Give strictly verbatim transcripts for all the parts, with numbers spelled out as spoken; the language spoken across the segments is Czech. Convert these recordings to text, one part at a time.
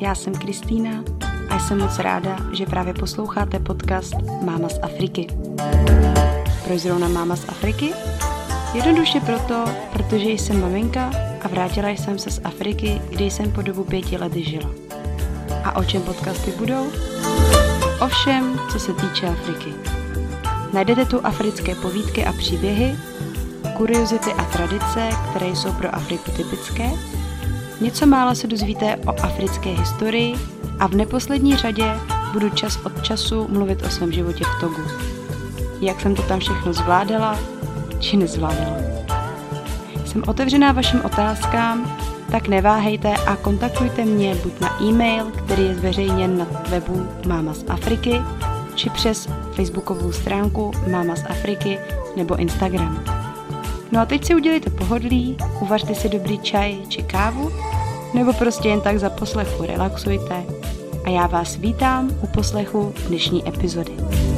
já jsem Kristýna a jsem moc ráda, že právě posloucháte podcast Máma z Afriky. Proč zrovna Máma z Afriky? Jednoduše proto, protože jsem maminka a vrátila jsem se z Afriky, kde jsem po dobu pěti let žila. A o čem podcasty budou? O všem, co se týče Afriky. Najdete tu africké povídky a příběhy, kuriozity a tradice, které jsou pro Afriku typické. Něco málo se dozvíte o africké historii a v neposlední řadě budu čas od času mluvit o svém životě v Togu. Jak jsem to tam všechno zvládala, či nezvládala. Jsem otevřená vašim otázkám, tak neváhejte a kontaktujte mě buď na e-mail, který je zveřejněn na webu Máma z Afriky, či přes facebookovou stránku Máma z Afriky nebo Instagram. No a teď si udělejte pohodlí, uvařte si dobrý čaj či kávu, nebo prostě jen tak za poslechu relaxujte a já vás vítám u poslechu dnešní epizody.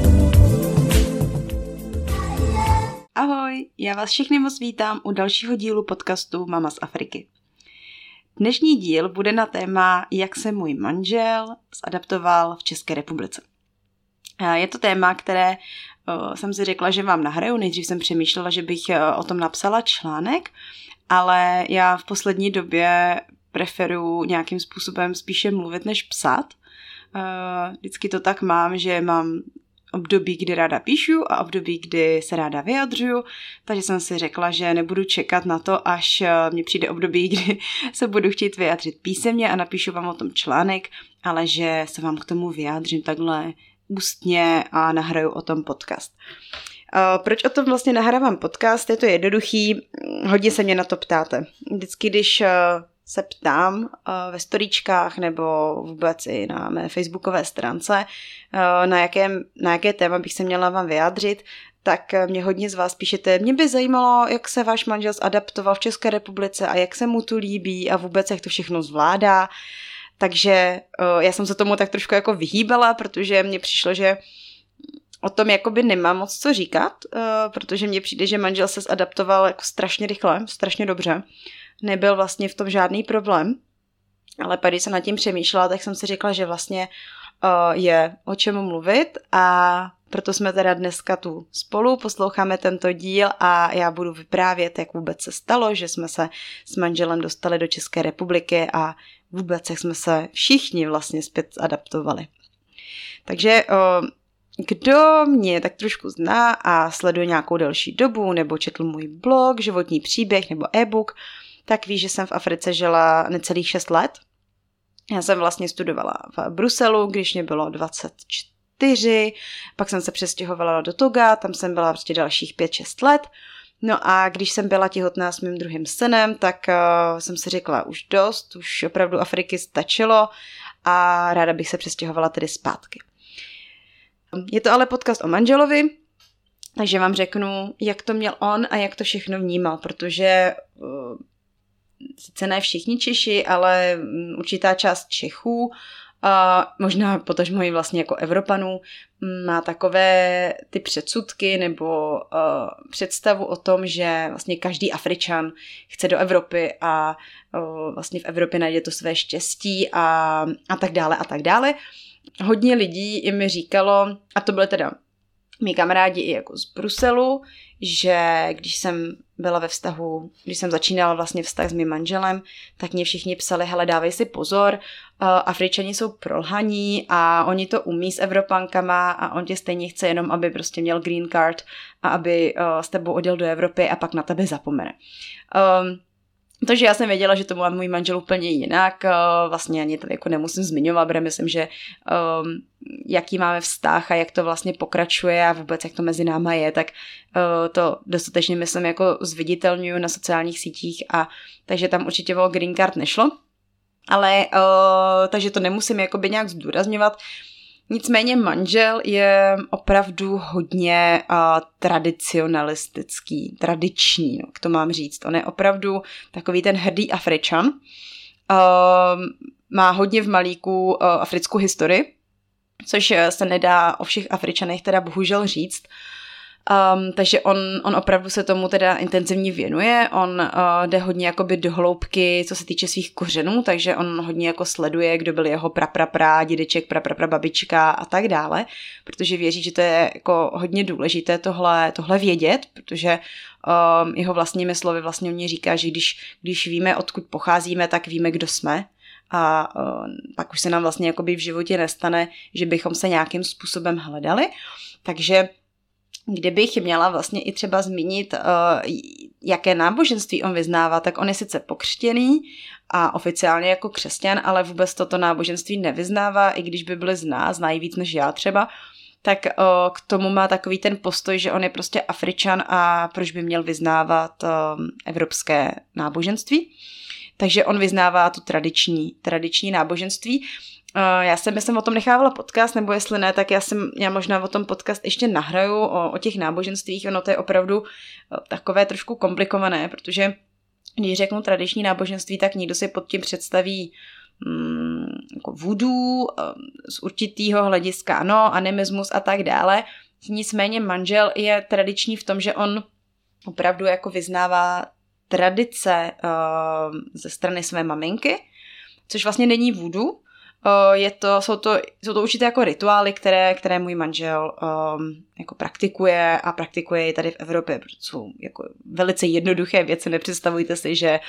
Ahoj, já vás všechny moc vítám u dalšího dílu podcastu Máma z Afriky. Dnešní díl bude na téma, jak se můj manžel zadaptoval v České republice. Je to téma, které uh, jsem si řekla, že vám nahraju. Nejdřív jsem přemýšlela, že bych uh, o tom napsala článek, ale já v poslední době preferuji nějakým způsobem spíše mluvit, než psát. Uh, vždycky to tak mám, že mám období, kdy ráda píšu a období, kdy se ráda vyjadřuju, takže jsem si řekla, že nebudu čekat na to, až mně přijde období, kdy se budu chtít vyjádřit písemně a napíšu vám o tom článek, ale že se vám k tomu vyjádřím takhle ústně a nahraju o tom podcast. Proč o tom vlastně nahrávám podcast? Je to jednoduchý, hodně se mě na to ptáte. Vždycky, když se ptám ve storíčkách nebo vůbec i na mé facebookové stránce, na, jakém, na jaké téma bych se měla vám vyjádřit, tak mě hodně z vás píšete, mě by zajímalo, jak se váš manžel adaptoval v České republice a jak se mu tu líbí a vůbec jak to všechno zvládá. Takže já jsem se tomu tak trošku jako vyhýbala, protože mně přišlo, že o tom jakoby nemám moc co říkat, protože mně přijde, že manžel se zadaptoval jako strašně rychle, strašně dobře. Nebyl vlastně v tom žádný problém, ale pak, když jsem nad tím přemýšlela, tak jsem si řekla, že vlastně uh, je o čem mluvit a proto jsme teda dneska tu spolu, posloucháme tento díl a já budu vyprávět, jak vůbec se stalo, že jsme se s manželem dostali do České republiky a vůbec jak jsme se všichni vlastně zpět adaptovali. Takže uh, kdo mě tak trošku zná a sleduje nějakou delší dobu nebo četl můj blog, životní příběh nebo e-book, tak ví, že jsem v Africe žila necelých šest let. Já jsem vlastně studovala v Bruselu, když mě bylo dvacet čtyři, pak jsem se přestěhovala do Toga, tam jsem byla prostě dalších pět šest let. No a když jsem byla těhotná s mým druhým synem, tak uh, jsem si řekla už dost, už opravdu Afriky stačilo a ráda bych se přestěhovala tedy zpátky. Je to ale podcast o manželovi, takže vám řeknu, jak to měl on a jak to všechno vnímal, protože uh, sice ne všichni Češi, ale určitá část Čechů, a možná potažmo i vlastně jako Evropanů, má takové ty předsudky nebo uh, představu o tom, že vlastně každý Afričan chce do Evropy a uh, vlastně v Evropě najde to své štěstí a, a tak dále a tak dále. Hodně lidí i mi říkalo, a to byly teda mý kamarádi i jako z Bruselu, že když jsem byla ve vztahu, když jsem začínala vlastně vztah s mým manželem, tak mě všichni psali, hele, dávej si pozor, Afričani jsou prolhaní a oni to umí s Evropankama a on tě stejně chce jenom, aby prostě měl green card a aby s tebou odjel do Evropy a pak na tebe zapomene. Um, Takže já jsem věděla, že to má můj manžel úplně jinak, vlastně ani tady jako nemusím zmiňovat, protože myslím, že um, jaký máme vztah a jak to vlastně pokračuje a vůbec jak to mezi náma je, tak uh, to dostatečně myslím jako zviditelňuju na sociálních sítích a takže tam určitě o green card nešlo, ale uh, takže to nemusím jakoby nějak zdůrazňovat. Nicméně manžel je opravdu hodně uh, tradicionalistický, tradiční, no, jak to mám říct. On je opravdu takový ten hrdý Afričan. Uh, má hodně v malíku uh, africkou historii, což se nedá o všech Afričanech teda bohužel říct. Um, takže on, on opravdu se tomu teda intenzivně věnuje, on uh, jde hodně jakoby do hloubky, co se týče svých kořenů, takže on hodně jako sleduje, kdo byl jeho praprapra, dědeček, praprapra babička a tak dále, protože věří, že to je jako hodně důležité tohle, tohle vědět, protože um, jeho vlastními slovy vlastně on říká, že když, když víme, odkud pocházíme, tak víme, kdo jsme. A uh, pak už se nám vlastně jakoby v životě nestane, že bychom se nějakým způsobem hledali. Takže kdybych měla vlastně i třeba zmínit, uh, jaké náboženství on vyznává, tak on je sice pokřtěný a oficiálně jako křesťan, ale vůbec toto náboženství nevyznává, i když Bibli zná, znají víc než já třeba, tak uh, k tomu má takový ten postoj, že on je prostě Afričan a proč by měl vyznávat uh, evropské náboženství. Takže on vyznává tu tradiční, tradiční náboženství. Já jsem, já jsem o tom nechávala podcast, nebo jestli ne, tak já jsem, já možná o tom podcast ještě nahraju o, o těch náboženstvích. Ono to je opravdu takové trošku komplikované, protože když řeknu tradiční náboženství, tak někdo si pod tím představí mm, jako voodoo, z určitého hlediska, ano, animismus a tak dále. Nicméně manžel je tradiční v tom, že on opravdu jako vyznává tradice uh, ze strany své maminky, což vlastně není voodoo. Uh, je to, jsou, to, jsou to určité jako rituály, které, které můj manžel um, jako praktikuje a praktikuje i tady v Evropě, protože jsou jako velice jednoduché věci. Nepředstavujte si, že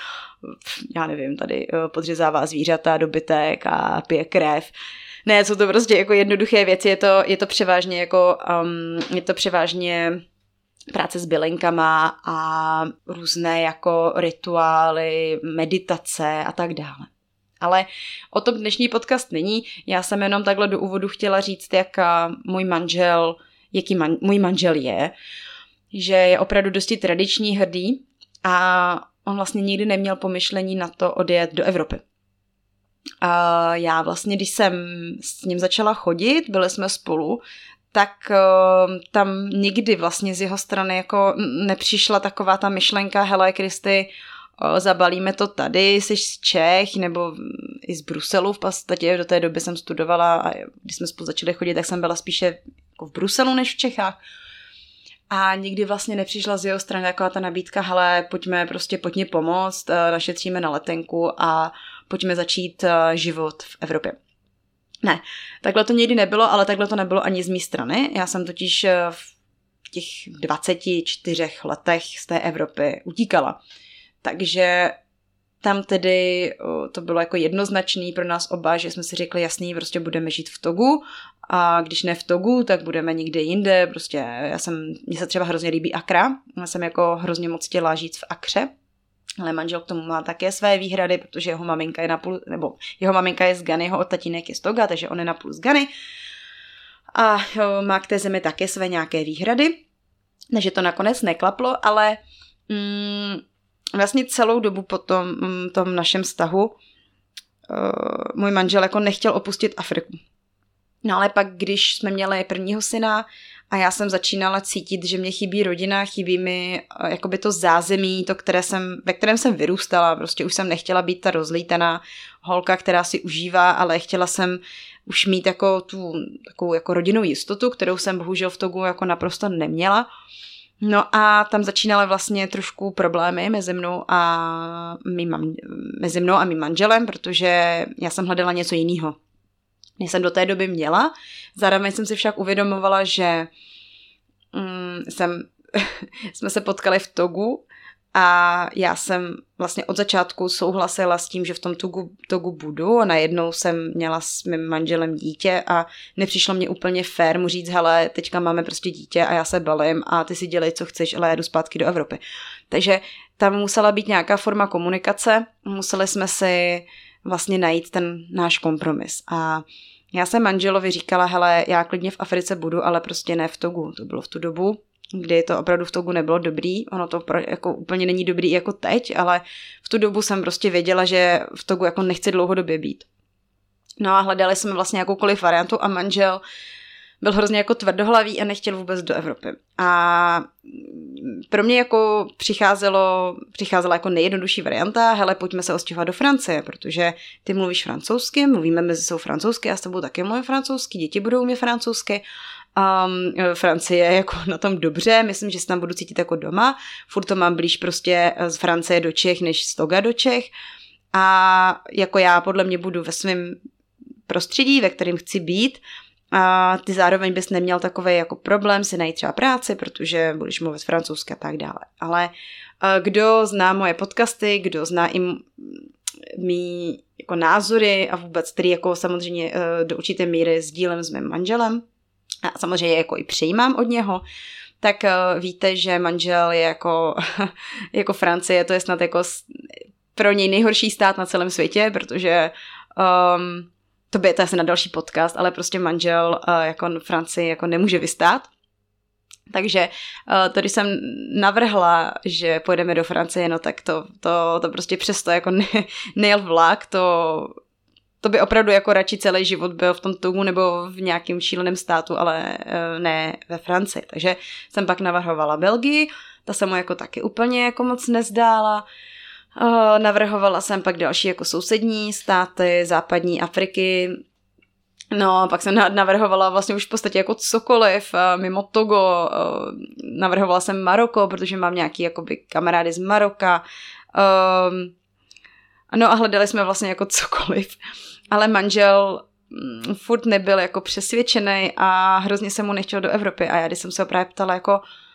já nevím, tady uh, podřezává zvířata, dobytek a pije krev. Ne, jsou to prostě jako jednoduché věci, je to, je to převážně jako um, je to převážně práce s bylinkama a různé jako rituály, meditace a tak dále. Ale o tom dnešní podcast není. Já jsem jenom takhle do úvodu chtěla říct, jak můj manžel, jaký man, můj manžel je, že je opravdu dosti tradiční, hrdý a on vlastně nikdy neměl pomyšlení na to odjet do Evropy. A já vlastně, když jsem s ním začala chodit, byli jsme spolu, tak uh, tam nikdy vlastně z jeho strany jako nepřišla taková ta myšlenka, hele Kristy, uh, zabalíme to tady, jsi z Čech, nebo i z Bruselu v podstatě, do té doby jsem studovala a když jsme spolu začali chodit, tak jsem byla spíše jako v Bruselu než v Čechách. A nikdy vlastně nepřišla z jeho strany taková ta nabídka, hele, pojďme prostě, pojďme pomoct, uh, našetříme na letenku a pojďme začít uh, život v Evropě. Ne, takhle to nikdy nebylo, ale takhle to nebylo ani z mé strany. Já jsem totiž v těch dvaceti čtyřech letech z té Evropy utíkala. Takže tam tedy to bylo jako jednoznačný pro nás oba, že jsme si řekli, jasný, prostě budeme žít v Togu a když ne v Togu, tak budeme někde jinde. Prostě já jsem, mně se třeba hrozně líbí Accra, já jsem jako hrozně moc chtěla žít v Accře. Ale manžel k tomu má také své výhrady, protože jeho maminka je napůl, nebo jeho maminka je z Ghany, jeho tatínek je z Toga, takže on je napůl z Ghany. A má k té zemi také své nějaké výhrady, takže to nakonec neklaplo, ale mm, vlastně celou dobu po tom, mm, tom našem vztahu uh, můj manžel jako nechtěl opustit Afriku. No ale pak, když jsme měli prvního syna a já jsem začínala cítit, že mě chybí rodina, chybí mi jakoby to zázemí, to, které jsem, ve kterém jsem vyrůstala. Prostě už jsem nechtěla být ta rozlítaná holka, která si užívá, ale chtěla jsem už mít jako tu takovou jako rodinnou jistotu, kterou jsem bohužel v Togu jako naprosto neměla. No a tam začínaly vlastně trošku problémy mezi mnou a mým, mezi mnou a mým manželem, protože já jsem hledala něco jiného. Než jsem do té doby měla. Zároveň jsem si však uvědomovala, že mm, jsem, jsme se potkali v Togu a já jsem vlastně od začátku souhlasila s tím, že v tom Togu, Togu budu a najednou jsem měla s mým manželem dítě a nepřišlo mě úplně fér mu říct, hele, teďka máme prostě dítě a já se balím a ty si dělej, co chceš, ale já jdu zpátky do Evropy. Takže tam musela být nějaká forma komunikace, museli jsme si vlastně najít ten náš kompromis. A já jsem manželovi říkala, hele, já klidně v Africe budu, ale prostě ne v Togu. To bylo v tu dobu, kdy to opravdu v Togu nebylo dobrý. Ono to jako úplně není dobrý jako teď, ale v tu dobu jsem prostě věděla, že v Togu jako nechci dlouhodobě být. No a hledali jsme vlastně jakoukoliv variantu a manžel byl hrozně jako tvrdohlavý a nechtěl vůbec do Evropy. A pro mě jako přicházelo, přicházela jako nejjednodušší varianta, hele, pojďme se ostěhovat do Francie, protože ty mluvíš francouzsky, mluvíme mezi sebou francouzsky, já s tebou taky mluvím francouzsky, děti budou umět francouzsky Um, Francie je jako na tom dobře, myslím, že se tam budu cítit jako doma, furt to mám blíž prostě z Francie do Čech, než z Toga do Čech a jako já podle mě budu ve svém prostředí, ve kterém chci být a ty zároveň bys neměl takový jako problém si najít třeba práci, protože budeš mluvit francouzsky a tak dále. Ale kdo zná moje podcasty, kdo zná i mý jako názory a vůbec, který jako samozřejmě do určité míry sdílím s mým manželem a samozřejmě jako i přijímám od něho, tak víte, že manžel je jako, jako Francie, to je snad jako pro něj nejhorší stát na celém světě, protože um, to by to asi na další podcast, ale prostě manžel uh, jako Francii jako nemůže vystát. Takže uh, to, když jsem navrhla, že pojedeme do Francie, no tak to, to, to prostě přesto jako ne, nejel vlak, to, to by opravdu jako radši celý život byl v tom Togu nebo v nějakém šíleném státu, ale uh, ne ve Francii. Takže jsem pak navrhovala Belgii, ta se mu jako taky úplně jako moc nezdála. Uh, navrhovala jsem pak další jako sousední státy, západní Afriky, no pak jsem navrhovala vlastně už v podstatě jako cokoliv, uh, mimo Togo, uh, navrhovala jsem Maroko, protože mám nějaký jakoby kamarády z Maroka, uh, no a hledali jsme vlastně jako cokoliv, ale manžel mm, furt nebyl jako přesvědčený a hrozně se mu nechtěl do Evropy a já když jsem se ho právě ptala jako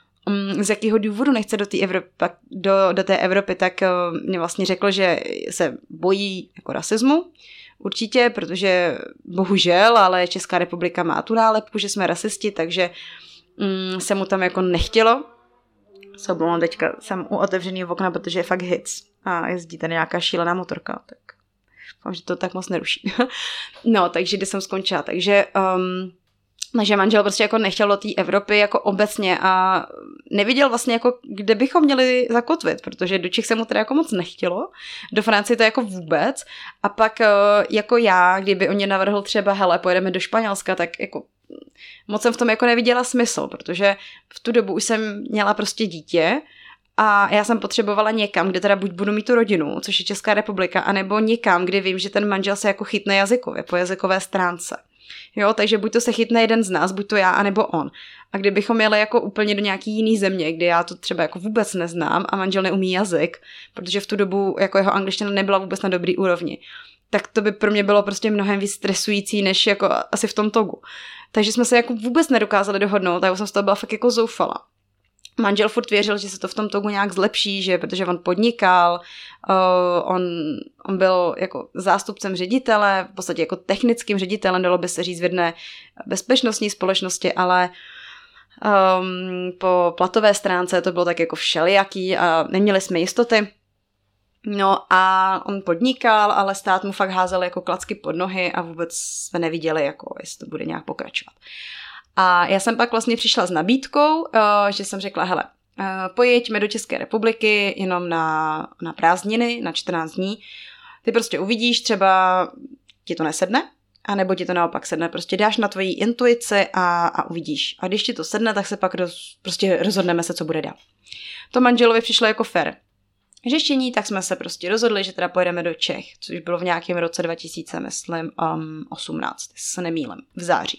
z jakého důvodu nechce do té Evropy, do, do té Evropy, tak uh, mě vlastně řekl, že se bojí jako rasismu, určitě, protože bohužel, ale Česká republika má tu nálepku, že jsme rasisti, takže um, se mu tam jako nechtělo. Se omlouvám, teďka jsem u otevřenýho okna, protože je fakt hic a jezdí tady nějaká šílená motorka, tak doufám, že to tak moc neruší. No, takže když jsem skončila, takže um, Takže manžel prostě jako nechtěl do té Evropy jako obecně a neviděl vlastně jako, kde bychom měli zakotvit, protože do Čech se mu teda jako moc nechtělo, do Francie to jako vůbec a pak jako já, kdyby on mě navrhl třeba hele, pojedeme do Španělska, tak jako moc jsem v tom jako neviděla smysl, protože v tu dobu už jsem měla prostě dítě a já jsem potřebovala někam, kde teda buď budu mít tu rodinu, což je Česká republika, anebo někam, kde vím, že ten manžel se jako chytne jazykově, po jazykové stránce. Jo, takže buď to se chytne jeden z nás, buď to já, anebo on. A kdybychom jeli jako úplně do nějaký jiný země, kde já to třeba jako vůbec neznám a manžel neumí jazyk, protože v tu dobu jako jeho angličtina nebyla vůbec na dobrý úrovni, tak to by pro mě bylo prostě mnohem víc stresující, než jako asi v tom Togu. Takže jsme se jako vůbec nedokázali dohodnout a já jsem z toho byla fakt jako zoufala. Manžel furt věřil, že se to v tom Togu nějak zlepší, že protože on podnikal, uh, on, on byl jako zástupcem ředitele, v podstatě jako technickým ředitelem, dalo by se říct v jedné bezpečnostní společnosti, ale um, po platové stránce to bylo tak jako všelijaký a neměli jsme jistoty. No a on podnikal, ale stát mu fakt házel jako klacky pod nohy a vůbec jsme neviděli, jako, jestli to bude nějak pokračovat. A já jsem pak vlastně přišla s nabídkou, že jsem řekla, hele, pojďme do České republiky jenom na, na prázdniny, na čtrnáct dní. Ty prostě uvidíš, třeba ti to nesedne, anebo ti to naopak sedne. Prostě dáš na tvoji intuici a, a uvidíš. A když ti to sedne, tak se pak roz, prostě rozhodneme se, co bude dál. To manželovi přišlo jako fair řešení, tak jsme se prostě rozhodli, že teda pojedeme do Čech, což bylo v nějakém roce dva tisíce, myslím, um, osmnáct, jestli se nemýlím, v září.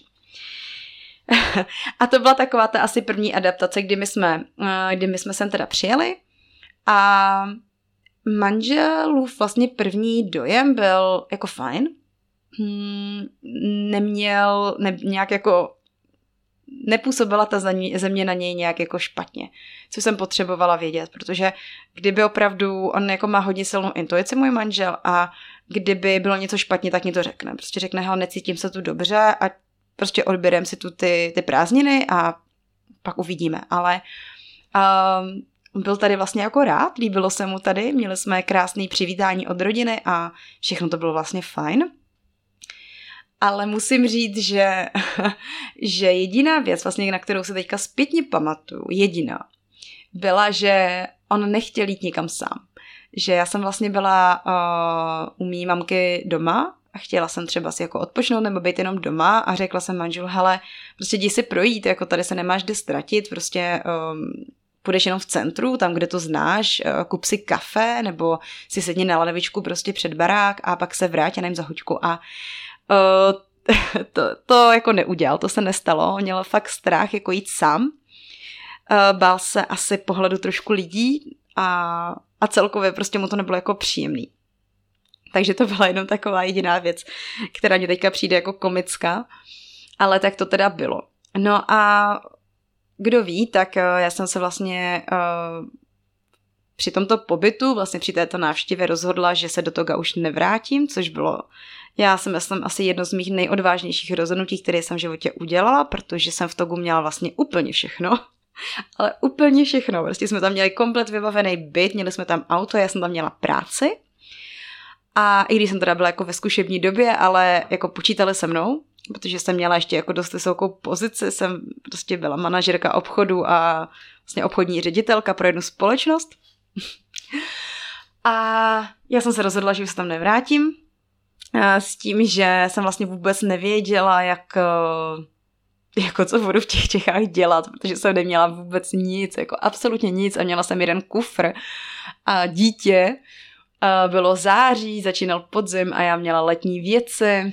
A to byla taková ta asi první adaptace, kdy my jsme, kdy my jsme sem teda přijeli a manželův vlastně první dojem byl jako fajn. Hmm, neměl ne, nějak jako nepůsobila ta země na něj nějak jako špatně, co jsem potřebovala vědět, protože kdyby opravdu, on jako má hodně silnou intuici, můj manžel, a kdyby bylo něco špatně, tak mi to řekne. Prostě řekne, hele, necítím se tu dobře a prostě odběrem si tu ty, ty prázdniny a pak uvidíme. Ale um, byl tady vlastně jako rád, líbilo se mu tady, měli jsme krásný přivítání od rodiny a všechno to bylo vlastně fajn. Ale musím říct, že, že jediná věc, vlastně, na kterou se teďka zpětně pamatuju, jediná, byla, že on nechtěl jít nikam sám. Že já jsem vlastně byla uh, u mý mamky doma a chtěla jsem třeba si jako odpočnout nebo být jenom doma a řekla jsem manželu, hele, prostě jdi si projít, jako tady se nemáš kde ztratit, prostě um, půjdeš jenom v centru, tam, kde to znáš, uh, kup si kafe nebo si sedni na lanevičku prostě před barák a pak se vrátí a nevím za hoďku a Uh, to, to jako neudělal, to se nestalo, on měl fakt strach jako jít sám, bál se asi pohledu trošku lidí a, a celkově prostě mu to nebylo jako příjemný. Takže to byla jenom taková jediná věc, která mě teďka přijde jako komická, ale tak to teda bylo. No a kdo ví, tak já jsem se vlastně uh, při tomto pobytu, vlastně při této návštěvě rozhodla, že se do Toga už nevrátím, což bylo, já si myslím, asi jedno z mých nejodvážnějších rozhodnutí, které jsem v životě udělala, protože jsem v Togu měla vlastně úplně všechno. Ale úplně všechno. Prostě jsme tam měli komplet vybavený byt, měli jsme tam auto, já jsem tam měla práci. A i když jsem teda byla jako ve zkušební době, ale jako počítali se mnou, protože jsem měla ještě jako dost vysokou pozici, jsem prostě byla manažerka obchodu a vlastně obchodní ředitelka pro jednu společnost. A já jsem se rozhodla, že už se tam nevrátím. S tím, že jsem vlastně vůbec nevěděla, jak, jako co budu v těch Čechách dělat, protože jsem neměla vůbec nic, jako absolutně nic a měla jsem jeden kufr a dítě. Bylo září, začínal podzim a já měla letní věci.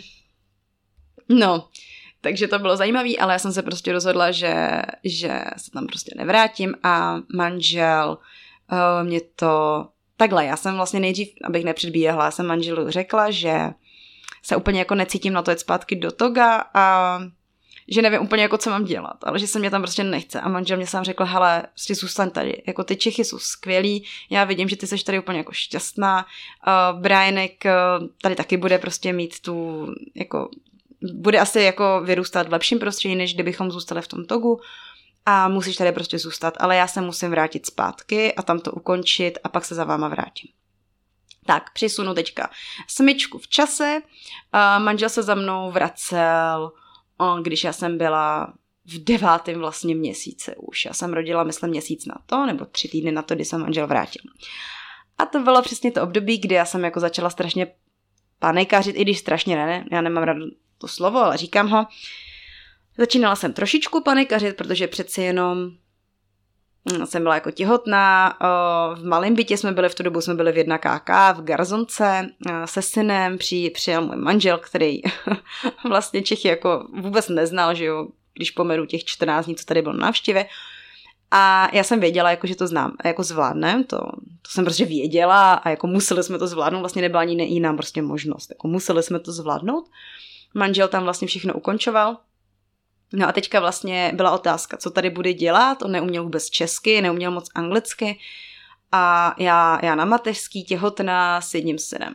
No, takže to bylo zajímavé, ale já jsem se prostě rozhodla, že, že se tam prostě nevrátím a manžel uh, mě to... Takhle, já jsem vlastně nejdřív, abych nepředbíhala, já jsem manželu řekla, že se úplně jako necítím na to jet zpátky do Toga a že nevím úplně jako co mám dělat, ale že se mě tam prostě nechce a manžel mě sám řekl, hele, prostě zůstaň tady, jako ty Čechy jsou skvělí, já vidím, že ty seš tady úplně jako šťastná, uh, Brianek uh, tady taky bude prostě mít tu, jako, bude asi jako vyrůstat v lepším prostředí, než kdybychom zůstali v tom Togu a musíš tady prostě zůstat, ale já se musím vrátit zpátky a tam to ukončit a pak se za váma vrátím. Tak, přisunu teďka smyčku v čase, uh, manžel se za mnou vracel když já jsem byla v devátém vlastně měsíci už. Já jsem rodila, myslím, měsíc na to, nebo tři týdny na to, kdy jsem manžel vrátil. A to bylo přesně to období, kdy já jsem jako začala strašně panikařit, i když strašně ne, já nemám rád to slovo, ale říkám ho. Začínala jsem trošičku panikařit, protože přeci jenom jsem byla jako těhotná, v malém bytě jsme byli, v tu dobu jsme byli v jedna ká ká v Garzonce se synem, při, přijel můj manžel, který vlastně Čechy jako vůbec neznal, že jo, když pomeru těch čtrnáct dní, co tady byl na návštěvě. A já jsem věděla, jako, že to znám, jako zvládnem, to, to jsem prostě věděla a jako museli jsme to zvládnout, vlastně nebyla ani jiná prostě možnost, jako museli jsme to zvládnout. Manžel tam vlastně všechno ukončoval. No a teďka vlastně byla otázka, co tady bude dělat, on neuměl vůbec česky, neuměl moc anglicky a já, já na mateřský těhotná s jedním synem.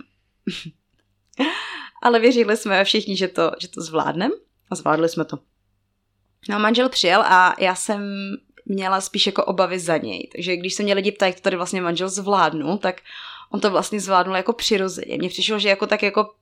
Ale věřili jsme všichni, že to, že to zvládneme a zvládli jsme to. No a manžel přijel a já jsem měla spíš jako obavy za něj, takže když se mě lidi ptají, jak to tady vlastně manžel zvládnul, tak on to vlastně zvládnul jako přirozeně. Mně přišlo, že jako tak jako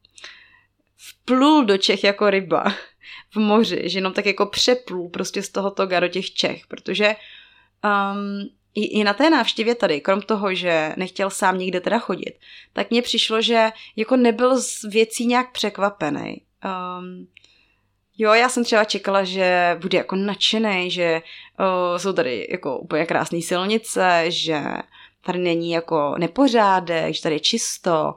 vplul do Čech jako ryba v moři, že jenom tak jako přeplul prostě z toho Toga do těch Čech, protože um, i, i na té návštěvě tady, krom toho, že nechtěl sám nikde teda chodit, tak mně přišlo, že jako nebyl z věcí nějak překvapený. Um, jo, já jsem třeba čekala, že bude jako nadšenej, že uh, jsou tady jako úplně krásné silnice, že tady není jako nepořádek, že tady je čisto,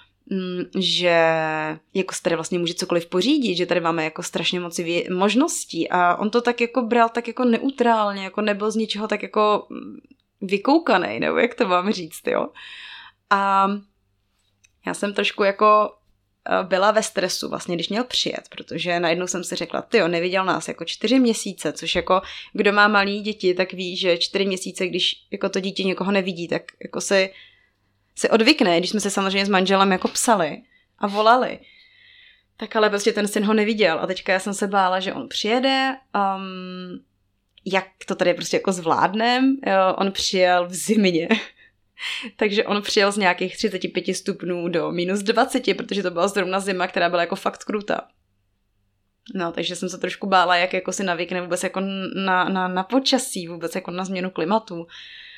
že jako se tady vlastně může cokoliv pořídit, že tady máme jako strašně moc vě- možností a on to tak jako bral tak jako neutrálně, jako nebyl z ničeho tak jako vykoukanej, nebo jak to mám říct, jo. A já jsem trošku jako byla ve stresu vlastně, když měl přijet, protože najednou jsem si řekla, tyjo, neviděl nás jako čtyři měsíce, což jako kdo má malý děti, tak ví, že čtyři měsíce, když jako to dítě někoho nevidí, tak jako si se odvykne, když jsme se samozřejmě s manželem jako psali a volali. Tak ale prostě ten syn ho neviděl a teďka já jsem se bála, že on přijede, um, jak to tady prostě jako zvládnem. Jo, on přijel v zimě, takže on přijel z nějakých třicet pět stupňů do minus dvacet, protože to byla zrovna zima, která byla jako fakt krutá. No, takže jsem se trošku bála, jak jako si navykne vůbec jako na, na, na počasí, vůbec jako na změnu klimatu.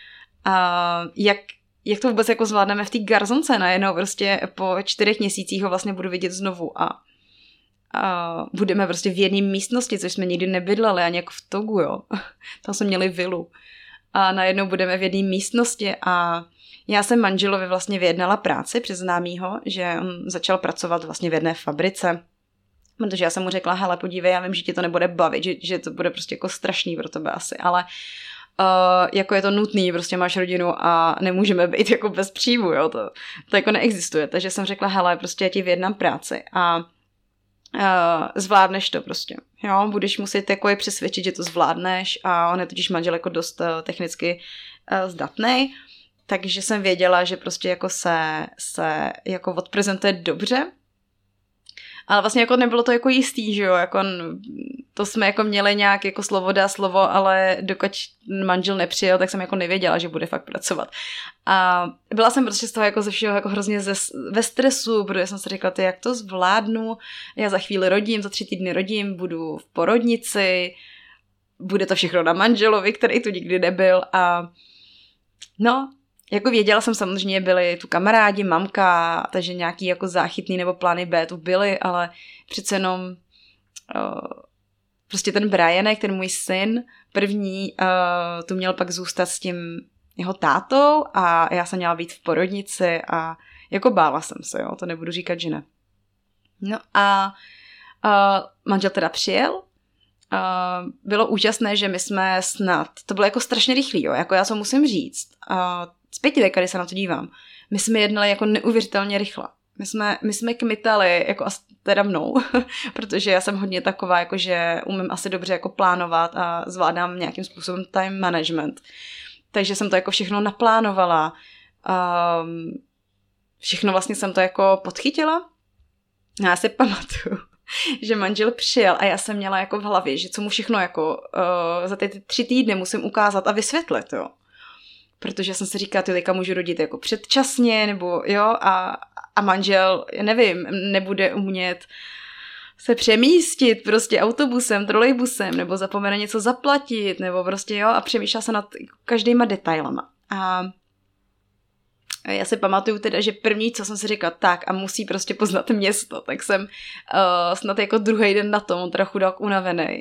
A jak jak to vůbec jako zvládneme v té Garzonce najednou, prostě po čtyřech měsících ho vlastně budu vidět znovu a, a budeme prostě v jedné místnosti, což jsme nikdy nebydleli, ani jako v Togu, jo. Tam jsme měli vilu. A najednou budeme v jedné místnosti a já jsem manželovi vlastně vyjednala práci přes známýho, že on začal pracovat vlastně v jedné fabrice Protože já jsem mu řekla, hele, podívej, já vím, že ti to nebude bavit, že, že to bude prostě jako strašný pro tebe asi, ale uh, jako je to nutný, prostě máš rodinu a nemůžeme být jako bez příjmu, jo, to, to jako neexistuje. Takže jsem řekla, hele, prostě já ti vyjednám práci a uh, zvládneš to prostě, jo, budeš muset jako je přesvědčit, že to zvládneš a on je totiž manžel jako dost uh, technicky uh, zdatnej, takže jsem věděla, že prostě jako se, se jako odprezentuje dobře. Ale vlastně jako nebylo to jako jistý, že jo, jako to jsme jako měli nějak jako slovo dá slovo, ale dokud manžel nepřijel, tak jsem jako nevěděla, že bude fakt pracovat. A byla jsem prostě z toho jako ze všeho jako hrozně ze, ve stresu, protože jsem si řekla, ty jak to zvládnu, já za chvíli rodím, za tři týdny rodím, budu v porodnici, bude to všechno na manželovi, který tu nikdy nebyl a no, jako věděla jsem samozřejmě, byli tu kamarádi, mamka, takže nějaký jako záchytný nebo plány B tu byly, ale přece jenom uh, prostě ten Brianek, ten můj syn, první, uh, tu měl pak zůstat s tím jeho tátou a já jsem měla být v porodnici a jako bála jsem se, jo, to nebudu říkat, že ne. No a uh, manžel teda přijel, uh, bylo úžasné, že my jsme snad, to bylo jako strašně rychlý, jo, jako já to musím říct, uh, zpětí teď, když se na to dívám, my jsme jednali jako neuvěřitelně rychle. My jsme, my jsme kmitali, jako teda mnou, protože já jsem hodně taková, jako že umím asi dobře jako plánovat a zvládám nějakým způsobem time management. Takže jsem to jako všechno naplánovala. Um, všechno vlastně jsem to jako podchytila. Já si pamatuju, že manžel přijel a já jsem měla jako v hlavě, že co mu všechno jako uh, za ty tři týdny musím ukázat a vysvětlit, jo. Protože jsem si říkala, ty teďka můžu rodit jako předčasně, nebo jo, a, a manžel, já nevím, nebude umět se přemístit prostě autobusem, trolejbusem, nebo zapomene něco zaplatit, nebo prostě jo, a přemýšlela se nad každýma detailama. A já si pamatuju teda, že první, co jsem si říkala, tak a musí prostě poznat město, tak jsem uh, snad jako druhý den na tom, teda chudák unavený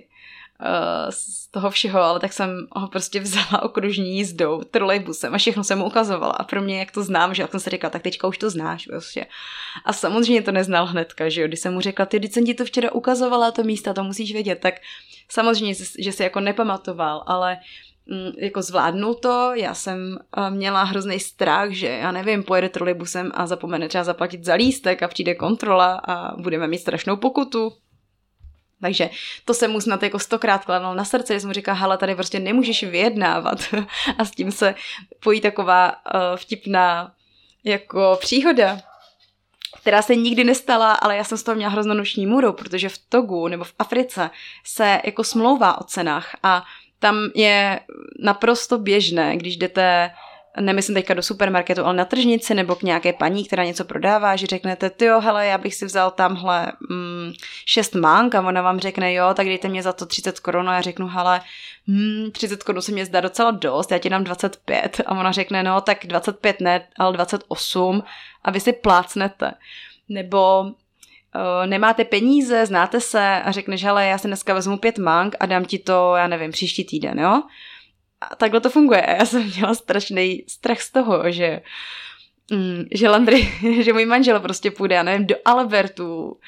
z toho všeho, ale tak jsem ho prostě vzala okružní jízdou, trolejbusem a všechno jsem mu ukazovala a pro mě, jak to znám, že jak jsem si říkala, tak teďka už to znáš prostě. A samozřejmě to neznal hnedka, že jo, když jsem mu řekla, ty, když jsem ti to včera ukazovala, to místa, to musíš vědět, tak samozřejmě, že se jako nepamatoval, ale mm, jako zvládnul to, já jsem měla hrozný strach, že já nevím, pojede trolejbusem a zapomene třeba zaplatit za lístek a přijde kontrola a budeme mít strašnou pokutu. Takže to jsem mu snad jako stokrát kladl na srdce, že jsem mu říkala, hele, tady prostě nemůžeš vyjednávat. A s tím se pojí taková uh, vtipná jako příhoda, která se nikdy nestala, ale já jsem z toho měla hroznou noční můru, protože v Togu nebo v Africe se jako smlouvá o cenách a tam je naprosto běžné, když jdete, nemyslím teďka do supermarketu, ale na tržnici nebo k nějaké paní, která něco prodává, že řeknete, tyjo, hele, já bych si vzal tamhle mm, šest mank a ona vám řekne, jo, tak dejte mě za to třicet korun a já řeknu, hele, mm, třicet korun se mě zdá docela dost, já ti dám dvacet pět a ona řekne, no, tak dvacet pět ne, ale dvacet osm a vy si plácnete. Nebo uh, nemáte peníze, znáte se a řekneš, hele, já si dneska vezmu pět mank a dám ti to, já nevím, příští týden, jo? A takhle to funguje. A já jsem měla strašný strach z toho, že, mm, že Landry, že můj manžel prostě půjde, já nevím, do Albertu,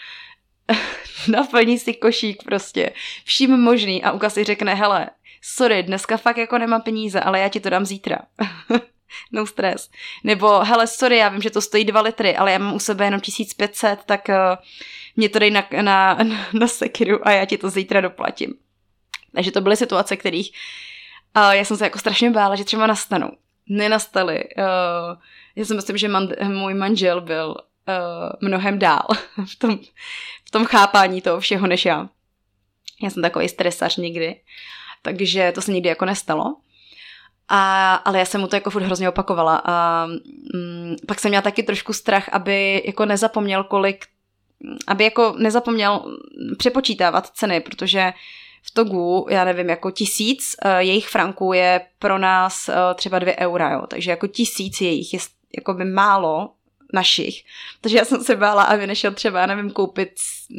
naplní si košík prostě, vším možný a Uka si řekne, hele, sorry, dneska fakt jako nemám peníze, ale já ti to dám zítra. No stres. Nebo, hele, sorry, já vím, že to stojí dva litry, ale já mám u sebe jenom tisíc pět set, tak uh, mě to dej na, na, na, na sekiru a já ti to zítra doplatím. Takže to byly situace, kterých uh, já jsem se jako strašně bála, že třeba nastanou. Nenastaly. Uh, já si myslím, že man, můj manžel byl uh, mnohem dál v tom, v tom chápání toho všeho než já. Já jsem takový stresař někdy, takže to se nikdy jako nestalo. A, ale já jsem mu to jako furt hrozně opakovala a mm, pak jsem měla taky trošku strach, aby jako nezapomněl kolik, aby jako nezapomněl přepočítávat ceny, protože v Togu, já nevím, jako tisíc uh, jejich franků je pro nás uh, třeba dvě eura, jo, takže jako tisíc jejich je jako by málo našich, takže já jsem se bála, aby nešel třeba, já nevím, koupit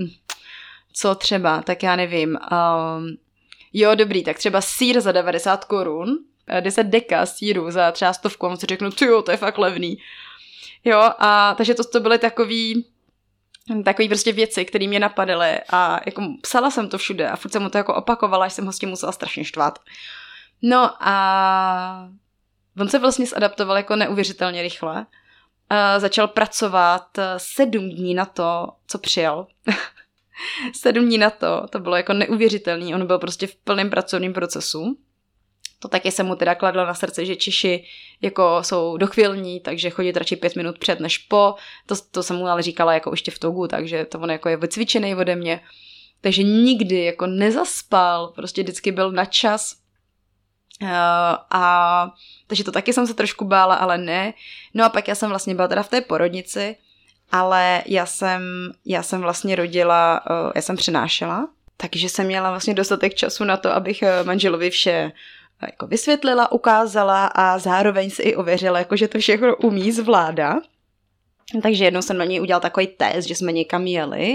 co třeba, tak já nevím, um, jo, dobrý, tak třeba sýr za devadesát korun, deset deka sýru za třeba stovku a mu si řeknu, tyjo, to je fakt levný. Jo, a takže to, to byly takový Takový prostě věci, které mě napadaly a jako psala jsem to všude a furt jsem mu to jako opakovala, až jsem ho s tím musela strašně štvát. No a on se vlastně zadaptoval jako neuvěřitelně rychle. Uh, začal pracovat sedm dní na to, co přijel. sedm dní na to, to bylo jako neuvěřitelný, on byl prostě v plném pracovním procesu. To taky jsem mu teda kladla na srdce, že Češi jako jsou dochvilní, takže chodit radši pět minut před než po. To, to jsem mu ale říkala jako ještě v Togu, takže to on jako je vycvičený ode mě. Takže nikdy jako nezaspal, prostě vždycky byl na čas. Uh, a takže to taky jsem se trošku bála, ale ne. No a pak já jsem vlastně byla teda v té porodnici, ale já jsem, já jsem vlastně rodila, uh, já jsem přenášela, takže jsem měla vlastně dostatek času na to, abych manželovi vše jako vysvětlila, ukázala a zároveň si i ověřila, jako, že to všechno umí, zvládá. Takže jednou jsem na něj udělal takový test, že jsme někam jeli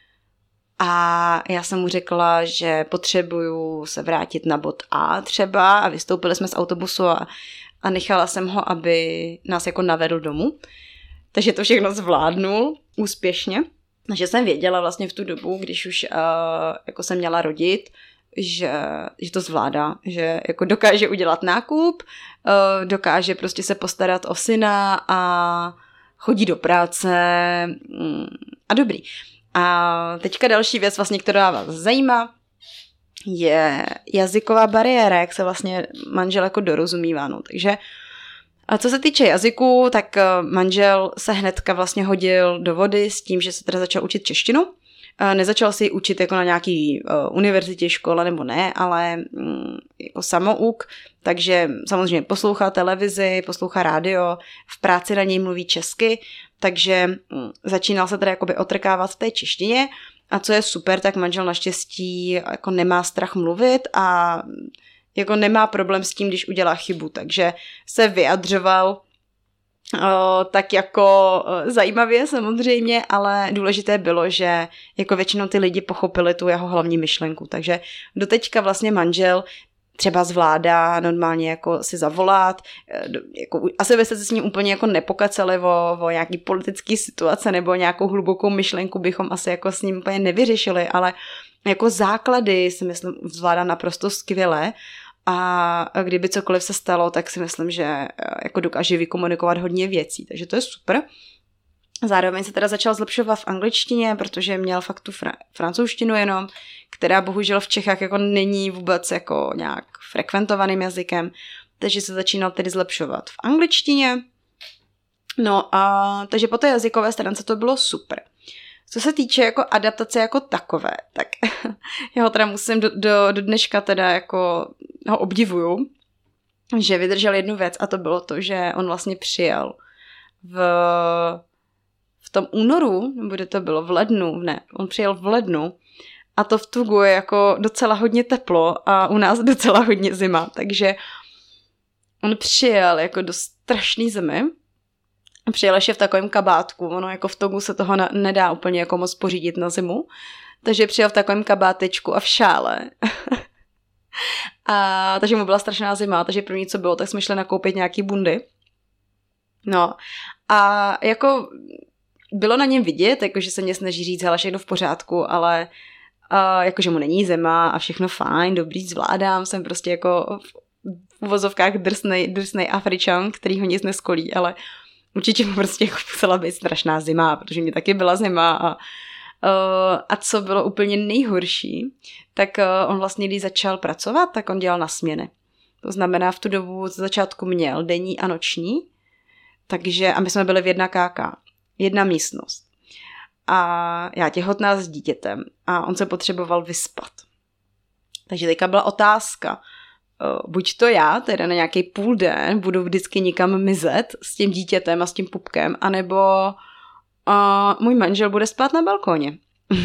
a já jsem mu řekla, že potřebuju se vrátit na bod A třeba a vystoupili jsme z autobusu a, a nechala jsem ho, aby nás jako navedl domů. Takže to všechno zvládnul úspěšně. Takže jsem věděla vlastně v tu dobu, když už uh, jako jsem měla rodit, že, že to zvládá, že jako dokáže udělat nákup, uh, dokáže prostě se postarat o syna a chodí do práce mm, a dobrý. A teďka další věc, vlastně, která vás zajímá, je jazyková bariéra, jak se vlastně manžel jako dorozumívá. No. Takže a co se týče jazyku, tak manžel se hnedka vlastně hodil do vody s tím, že se teda začal učit češtinu. Nezačal si ji učit jako na nějaký uh, univerzitě, škole nebo ne, ale um, jako samouk, takže samozřejmě poslouchá televizi, poslouchá rádio, v práci na něj mluví česky, takže um, začínal se teda jakoby otrkávat v té češtině a co je super, tak manžel naštěstí jako nemá strach mluvit a jako nemá problém s tím, když udělá chybu, takže se vyjadřoval O, tak jako o, zajímavě samozřejmě, ale důležité bylo, že jako většinou ty lidi pochopili tu jeho hlavní myšlenku, takže doteďka vlastně manžel třeba zvládá normálně jako si zavolat, jako, asi byste se s ním úplně jako nepokaceli o, o nějaký politický situace nebo nějakou hlubokou myšlenku bychom asi jako s ním úplně nevyřešili, ale jako základy si myslím zvládá naprosto skvěle. A kdyby cokoliv se stalo, tak si myslím, že jako dokáže vykomunikovat hodně věcí, takže to je super. Zároveň se teda začal zlepšovat v angličtině, protože měl fakt tu fra- francouzštinu jenom, která bohužel v Čechách jako není vůbec jako nějak frekventovaným jazykem, takže se začínal tedy zlepšovat v angličtině. No a takže po té jazykové stránce to bylo super. Co se týče jako adaptace jako takové, tak já ho teda musím do, do, do dneška teda jako ho obdivuju, že vydržel jednu věc a to bylo to, že on vlastně přijel v, v tom únoru, nebo kde to bylo, v lednu, ne, on přijel v lednu a to v Togu je jako docela hodně teplo a u nás docela hodně zima, takže on přijel jako do strašný zimy. Přijel ještě v takovém kabátku, ono jako v Togu se toho na, nedá úplně jako moc pořídit na zimu, takže přijel v takovém kabátečku a v šále. A takže mu byla strašná zima, takže první co bylo, tak jsme šli nakoupit nějaký bundy. No a jako bylo na něm vidět, jako že se mě snaží říct, hele, všechno v pořádku, ale uh, jakože mu není zima a všechno fajn, dobrý, zvládám, jsem prostě jako v uvozovkách drsnej, drsnej Afričan, který ho nic neskolí, ale určitě mu prostě jako musela být strašná zima, protože mě taky byla zima a, uh, a co bylo úplně nejhorší, tak uh, on vlastně, když začal pracovat, tak on dělal na směny. To znamená, v tu dobu z začátku měl denní a noční, takže a my jsme byli v jedna ká ká, jedna místnost. A já těhotná s dítětem a on se potřeboval vyspat. Takže teďka byla otázka, buď to já, teda na nějaký půl den, budu vždycky někam mizet s tím dítětem a s tím pupkem, anebo uh, můj manžel bude spát na balkóně.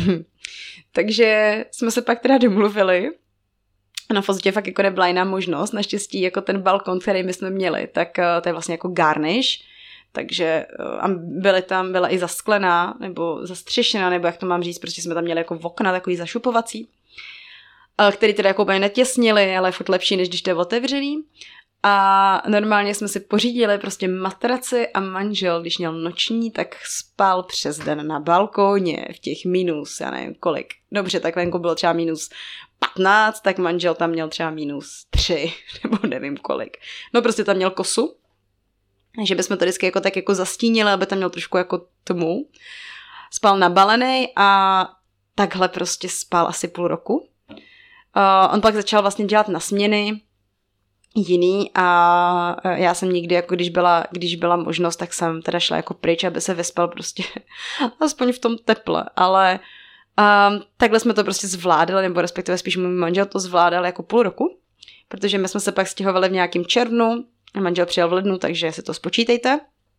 Takže jsme se pak teda domluvili. Na v podstatě fakt jako nebyla jiná možnost. Naštěstí jako ten balkon, který my jsme měli, tak uh, to je vlastně jako garnish. Takže uh, byly tam, byla i zasklená, nebo zastřešená, nebo jak to mám říct, prostě jsme tam měli jako okna takový zašupovací, který teda jako úplně netěsnili, ale furt lepší, než když to je otevřený. A normálně jsme si pořídili prostě matraci a manžel, když měl noční, tak spal přes den na balkóně v těch minus, já nevím kolik. Dobře, tak venku bylo třeba minus patnáct, tak manžel tam měl třeba minus tři, nebo nevím kolik. No prostě tam měl kosu, že bychom to vždycky jako tak jako zastínili, aby tam měl trošku jako tmu. Spal nabalený a takhle prostě spal asi půl roku. Uh, on pak začal vlastně dělat na směny jiný a já jsem nikdy, jako když byla, když byla možnost, tak jsem teda šla jako pryč, aby se vyspal prostě aspoň v tom teple, ale um, takhle jsme to prostě zvládali, nebo respektive spíš můj manžel to zvládal jako půl roku, protože my jsme se pak stěhovali v nějakém červnu, manžel přijel v lednu, takže si to spočítejte.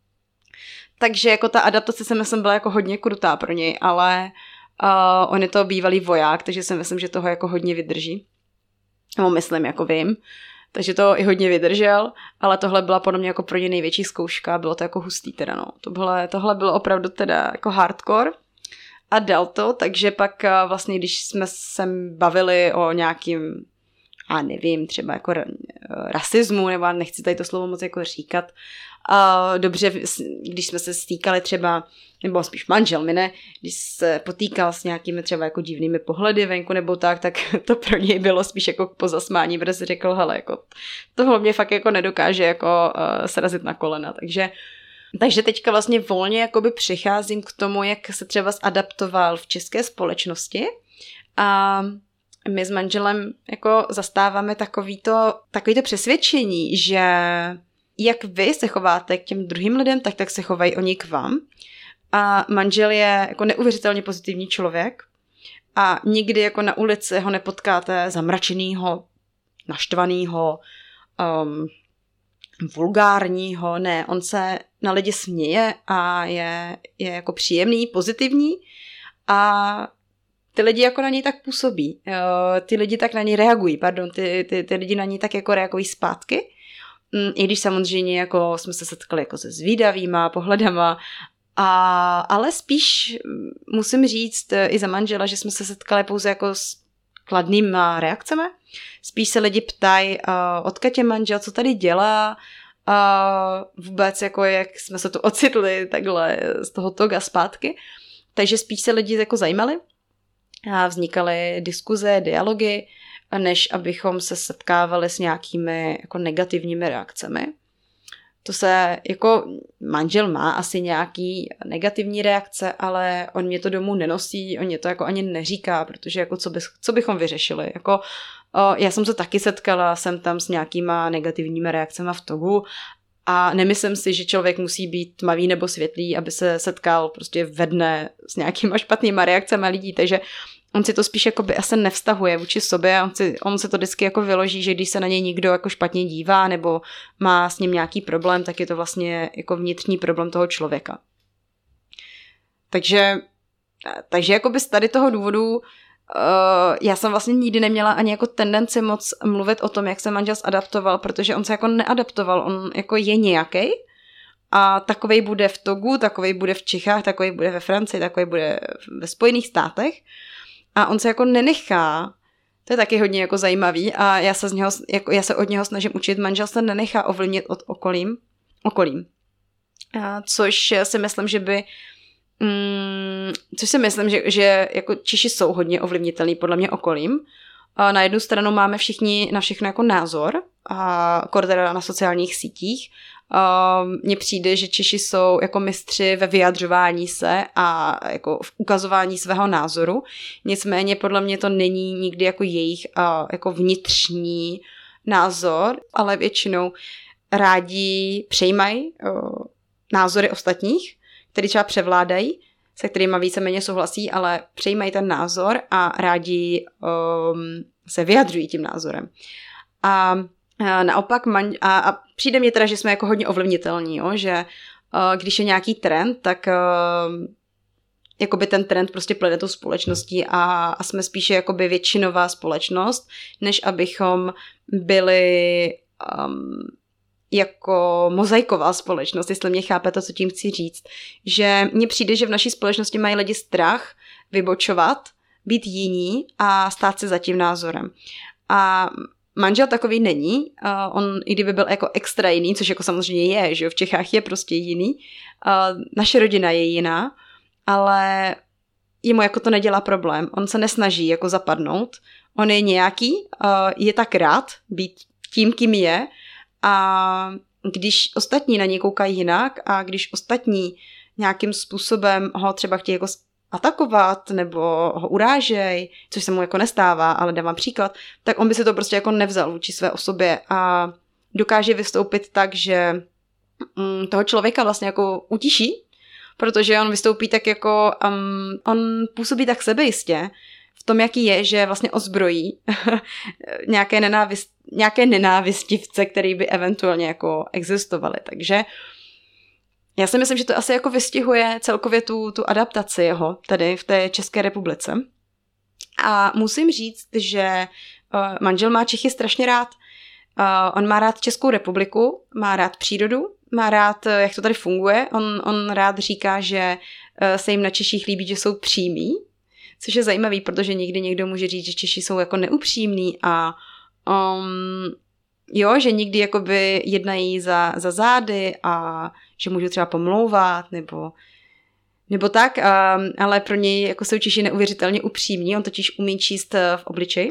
Takže jako ta adaptace si myslím byla jako hodně krutá pro něj, ale uh, on je to bývalý voják, takže si myslím, že toho jako hodně vydrží. No, myslím, jako vím. Takže to i hodně vydržel, ale tohle byla podle mě jako pro ně největší zkouška, bylo to jako hustý teda, no. Tohle, tohle bylo opravdu teda jako hardcore a dal to, takže pak uh, vlastně, když jsme se bavili o nějakým, a nevím, třeba jako rasismu, nebo nechci tady to slovo moc jako říkat, a dobře, když jsme se stýkali třeba, nebo spíš manžel mi ne, když se potýkal s nějakými třeba jako divnými pohledy venku nebo tak, tak to pro něj bylo spíš jako po zasmání, protože si řekl, hele, jako tohle mě fakt jako nedokáže jako uh, srazit na kolena, takže takže teďka vlastně volně jakoby přicházím k tomu, jak se třeba zadaptoval v české společnosti a my s manželem jako zastáváme takovýto, takovýto přesvědčení, že jak vy se chováte k těm druhým lidem, tak tak se chovají oni k vám. A manžel je jako neuvěřitelně pozitivní člověk a nikdy jako na ulici ho nepotkáte zamračenýho, naštvanýho, um, vulgárního, ne, on se na lidi směje a je, je jako příjemný, pozitivní a ty lidi jako na něj tak působí, ty lidi tak na něj reagují, pardon, ty, ty, ty lidi na něj tak jako reagují zpátky, i když samozřejmě jako jsme se setkali jako se zvídavýma pohledama, a, ale spíš musím říct i za manžela, že jsme se setkali pouze jako s kladnýma reakcemi, spíš se lidi ptají, odkud je manžel, co tady dělá, a vůbec jako jak jsme se tu ocitli takhle z toho toga zpátky, takže spíš se lidi jako zajímali, a vznikaly diskuze, dialogy, než abychom se setkávali s nějakými jako negativními reakcemi. To se jako manžel má asi nějaký negativní reakce, ale on mě to domů nenosí, on mě to jako ani neříká, protože jako co, by, co bychom vyřešili. Jako, o, já jsem se taky setkala, jsem tam s nějakýma negativními reakcemi v togu a nemyslím si, že člověk musí být tmavý nebo světlý, aby se setkal prostě ve dne s nějakýma špatnýma reakcemi lidí, takže on si to spíš jakoby asi nevztahuje vůči sobě, on si, on si to vždycky jako vyloží, že když se na něj někdo jako špatně dívá nebo má s ním nějaký problém, tak je to vlastně jako vnitřní problém toho člověka. Takže, takže jakoby z tady toho důvodu uh, já jsem vlastně nikdy neměla ani jako tendenci moc mluvit o tom, jak se manžel zadaptoval, protože on se jako neadaptoval, on jako je nějaký a takovej bude v Togu, takovej bude v Čechách, takovej bude ve Francii, takovej bude ve Spojených státech. A on se jako nenechá, to je taky hodně jako zajímavý a já se, z něho, jako, já se od něho snažím učit, manžel se nenechá ovlivnit od okolím, okolím. A což si myslím, že by, mm, což si myslím, že, že jako Češi jsou hodně ovlivnitelní podle mě okolím. A na jednu stranu máme všichni na všechno jako názor, a teda na sociálních sítích. Mně přijde, že Češi jsou jako mistři ve vyjadřování se a jako v ukazování svého názoru. Nicméně podle mě to není nikdy jako jejich jako vnitřní názor, ale většinou rádi přejímají názory ostatních, který třeba převládají, se kterými víceméně souhlasí, ale přejímají ten názor a rádi um, se vyjadřují tím názorem. A A naopak, man, a, a přijde mně teda, že jsme jako hodně ovlivnitelní, jo? Že uh, když je nějaký trend, tak uh, jakoby ten trend prostě plne tou společností a, a jsme spíše jakoby většinová společnost, než abychom byli um, jako mozaiková společnost, jestli mě chápete, co tím chci říct. Že mně přijde, že v naší společnosti mají lidi strach vybočovat, být jiní a stát se za tím názorem. A manžel takový není, uh, on i kdyby byl jako extra jiný, což jako samozřejmě je, že jo, v Čechách je prostě jiný, uh, naše rodina je jiná, ale jemu jako to nedělá problém, on se nesnaží jako zapadnout, on je nějaký, uh, je tak rád být tím, kým je a když ostatní na něj koukají jinak a když ostatní nějakým způsobem ho třeba chtějí jako atakovat nebo ho urážej, což se mu jako nestává, ale dávám příklad, tak on by si to prostě jako nevzal vůči své osobě a dokáže vystoupit tak, že mm, toho člověka vlastně jako utiší, protože on vystoupí tak jako, um, on působí tak sebejistě v tom, jaký je, že vlastně ozbrojí nějaké, nenávist, nějaké nenávistivce, které by eventuálně jako existovaly. Takže já si myslím, že to asi jako vystihuje celkově tu, tu adaptaci jeho tady v té České republice. A musím říct, že uh, manžel má Čechy strašně rád. Uh, on má rád Českou republiku, má rád přírodu, má rád, jak to tady funguje. On, on rád říká, že uh, se jim na Češích líbí, že jsou přímí, což je zajímavý, protože někdy někdo může říct, že Češi jsou jako neupřímní a um, jo, že někdy jakoby jednají za, za zády a že můžou třeba pomlouvat nebo, nebo tak, a, ale pro něj jako jsou Češi neuvěřitelně upřímní, on totiž umí číst v obličeji,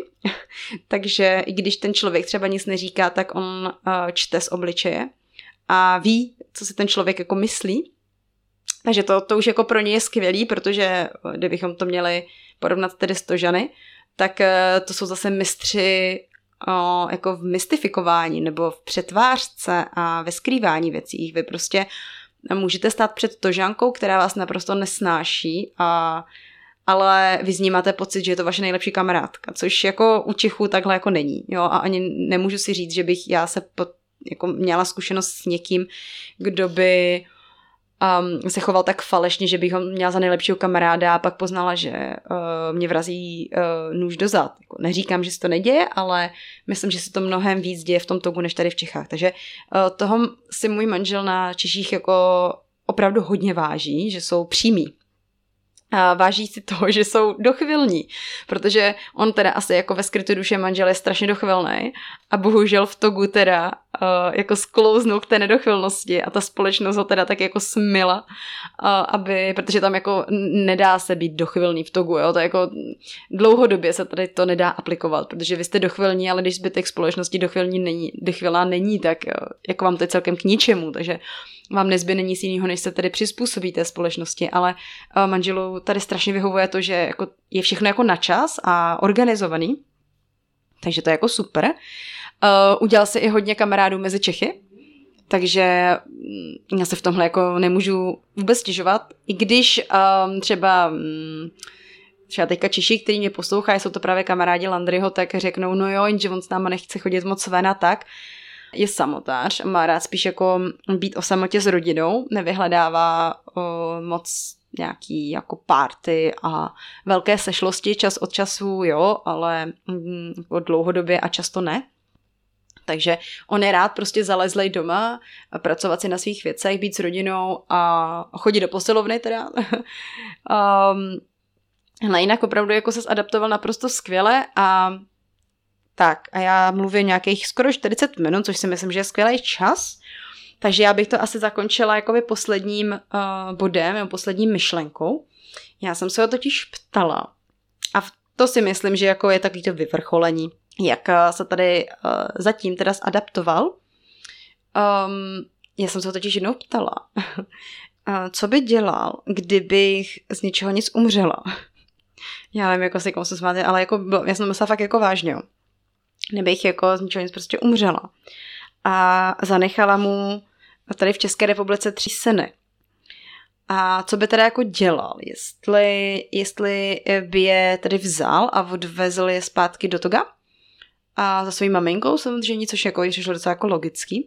takže i když ten člověk třeba nic neříká, tak on uh, čte z obličeje a ví, co si ten člověk jako myslí. Takže to, to už jako pro něj je skvělý, protože kdybychom to měli porovnat tedy s Tožany, tak uh, to jsou zase mistři O, jako v mystifikování nebo v přetvářce a ve skrývání věcí. Vy prostě můžete stát před Tožankou, která vás naprosto nesnáší, a, ale vy z ní máte pocit, že je to vaše nejlepší kamarádka, což jako u Čechů takhle jako není. Jo? A ani nemůžu si říct, že bych já se pod, jako měla zkušenost s někým, kdo by um, se choval tak falešně, že bych ho měla za nejlepšího kamaráda a pak poznala, že uh, mě vrazí uh, nůž do zad. Jako neříkám, že se to neděje, ale myslím, že se to mnohem víc děje v tom Togu, než tady v Čechách. Takže uh, toho si můj manžel na Češích jako opravdu hodně váží, že jsou přímí. A váží si toho, že jsou dochvilní, protože on teda asi jako ve skrytu duše manžel je strašně dochvilnej a bohužel v Togu teda uh, jako sklouznul k té nedochvilnosti a ta společnost ho teda tak jako smila, uh, aby, protože tam jako nedá se být dochvilný v Togu, jo, to jako dlouhodobě se tady to nedá aplikovat, protože vy jste dochvilní, ale když zbytek společnosti dochvilní není, dochvilná není, tak jo, jako vám to je celkem k ničemu, takže vám nezbyde nic jiného, než se tedy přizpůsobí té společnosti, ale uh, manželu tady strašně vyhovuje to, že jako je všechno jako na čas a organizovaný, takže to je jako super. Uh, udělal si i hodně kamarádů mezi Čechy, takže já se v tomhle jako nemůžu vůbec stěžovat, i když um, třeba um, třeba teďka Češi, kteří mě poslouchají, jsou to právě kamarádi Landryho, tak řeknou, no jo, jenže on s náma nechce chodit moc ven a tak, je samotář a má rád spíš jako být o samotě s rodinou, nevyhledává o, moc nějaký jako party a velké sešlosti čas od času, jo, ale mm, jako dlouhodobě a často ne. Takže on je rád prostě zalezlej doma, pracovat si na svých věcech, být s rodinou a chodit do posilovny teda. um, ale jinak opravdu jako se zadaptoval naprosto skvěle a tak a já mluvím nějakých skoro čtyřicet minut, což si myslím, že je skvělý čas, takže já bych to asi zakončila jakoby posledním uh, bodem, nebo posledním myšlenkou. Já jsem se ho totiž ptala a to si myslím, že jako je takový to vyvrcholení, jak uh, se tady uh, zatím teda zadaptoval. Um, já jsem se ho totiž jednou ptala, uh, co by dělal, kdybych z ničeho nic umřela. Já nevím, jako si komu se smáte, ale jako bylo, já jsem myslela fakt jako vážně. Nebych jako z ničeho nic prostě umřela. A zanechala mu tady v České republice tři syny. A co by teda jako dělal? Jestli, jestli by je tady vzal a odvezl je zpátky do Toga a za svojí maminkou samozřejmě, což jako přišlo docela jako logický.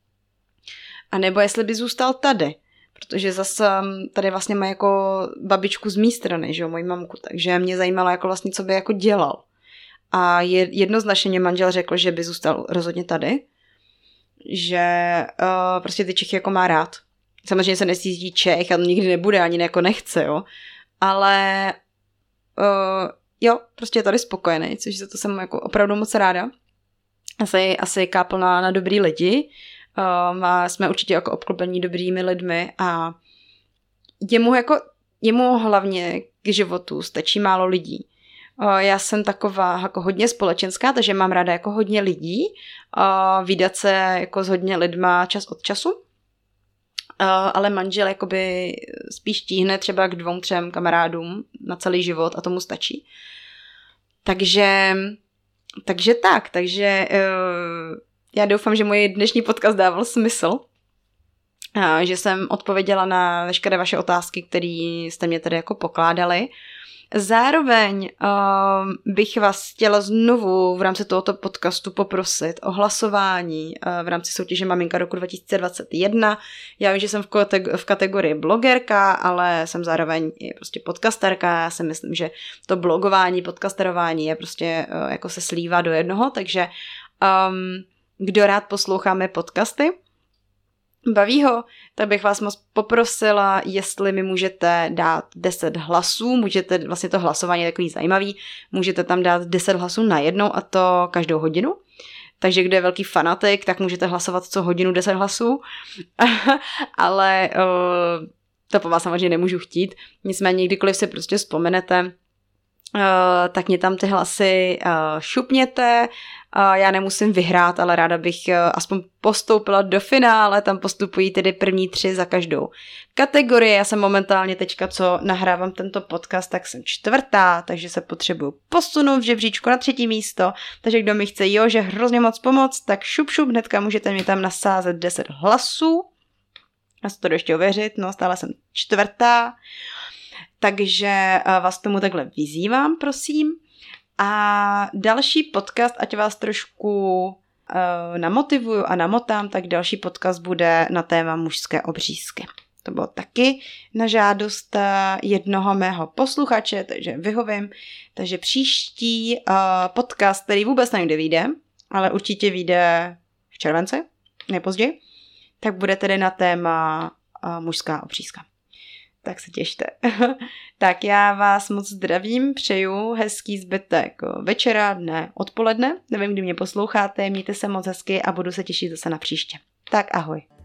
A nebo jestli by zůstal tady, protože zase tady vlastně má jako babičku z mé strany, že jo, moji mamku, takže mě zajímalo jako vlastně, co by jako dělal. A jednoznačně mě manžel řekl, že by zůstal rozhodně tady, že uh, prostě ty Čechy jako má rád. Samozřejmě se nescítí Čech a to nikdy nebude, ani jako nechce, jo. Ale uh, jo, prostě je tady spokojený, což za to jsem jako opravdu moc ráda. asi, asi kápl na, na dobrý lidi. Um, a jsme určitě jako obklopení dobrými lidmi a jemu jako, jemu hlavně k životu stačí málo lidí. Uh, já jsem taková jako hodně společenská, takže mám ráda jako hodně lidí, uh, vídat se jako s hodně lidma čas od času, uh, ale manžel jakoby spíš tíhne třeba k dvou, třem kamarádům na celý život a tomu stačí. Takže, takže tak, takže uh, já doufám, že můj dnešní podcast dával smysl, uh, že jsem odpověděla na veškeré vaše otázky, které jste mě tady jako pokládali. Zároveň uh, bych vás chtěla znovu v rámci tohoto podcastu poprosit o hlasování uh, v rámci soutěže Maminka roku dva tisíce dvacet jedna. Já vím, že jsem v, kateg- v kategorii blogerka, ale jsem zároveň i prostě podcasterka. Já si myslím, že to blogování, podcasterování je prostě uh, jako se slívá do jednoho, takže um, kdo rád poslouchá mé podcasty, baví ho, tak bych vás moc poprosila, jestli mi můžete dát deset hlasů, můžete, vlastně to hlasování je takový zajímavý, můžete tam dát deset hlasů najednou a to každou hodinu. Takže kdo je velký fanatik, tak můžete hlasovat co hodinu deset hlasů, ale uh, to po vás samozřejmě nemůžu chtít. Nicméně kdykoliv si prostě vzpomenete, Uh, tak mě tam ty hlasy uh, šupněte. Uh, já nemusím vyhrát, ale ráda bych uh, aspoň postoupila do finále. Tam postupují tedy první tři za každou kategorii. Já jsem momentálně teďka, co nahrávám tento podcast, tak jsem čtvrtá, takže se potřebuju posunout v žebříčku na třetí místo. Takže kdo mi chce, jo, že hrozně moc pomoct, tak šup šup, hnedka můžete mi tam nasázet deset hlasů. Já si to jdu ještě ověřit, no stále jsem čtvrtá. Takže vás k tomu takhle vyzývám, prosím. A další podcast, ať vás trošku uh, namotivuju a namotám, tak další podcast bude na téma mužské obřízky. To bylo taky na žádost jednoho mého posluchače, takže vyhovím. Takže příští uh, podcast, který vůbec nevím, kde vyjde, ale určitě vyjde v červenci, nejpozději, tak bude tedy na téma uh, mužská obřízka. Tak se těšte. Tak já vás moc zdravím, přeju hezký zbytek večera, dne, odpoledne. Nevím, kdy mě posloucháte, mějte se moc hezky a budu se těšit zase na příště. Tak ahoj.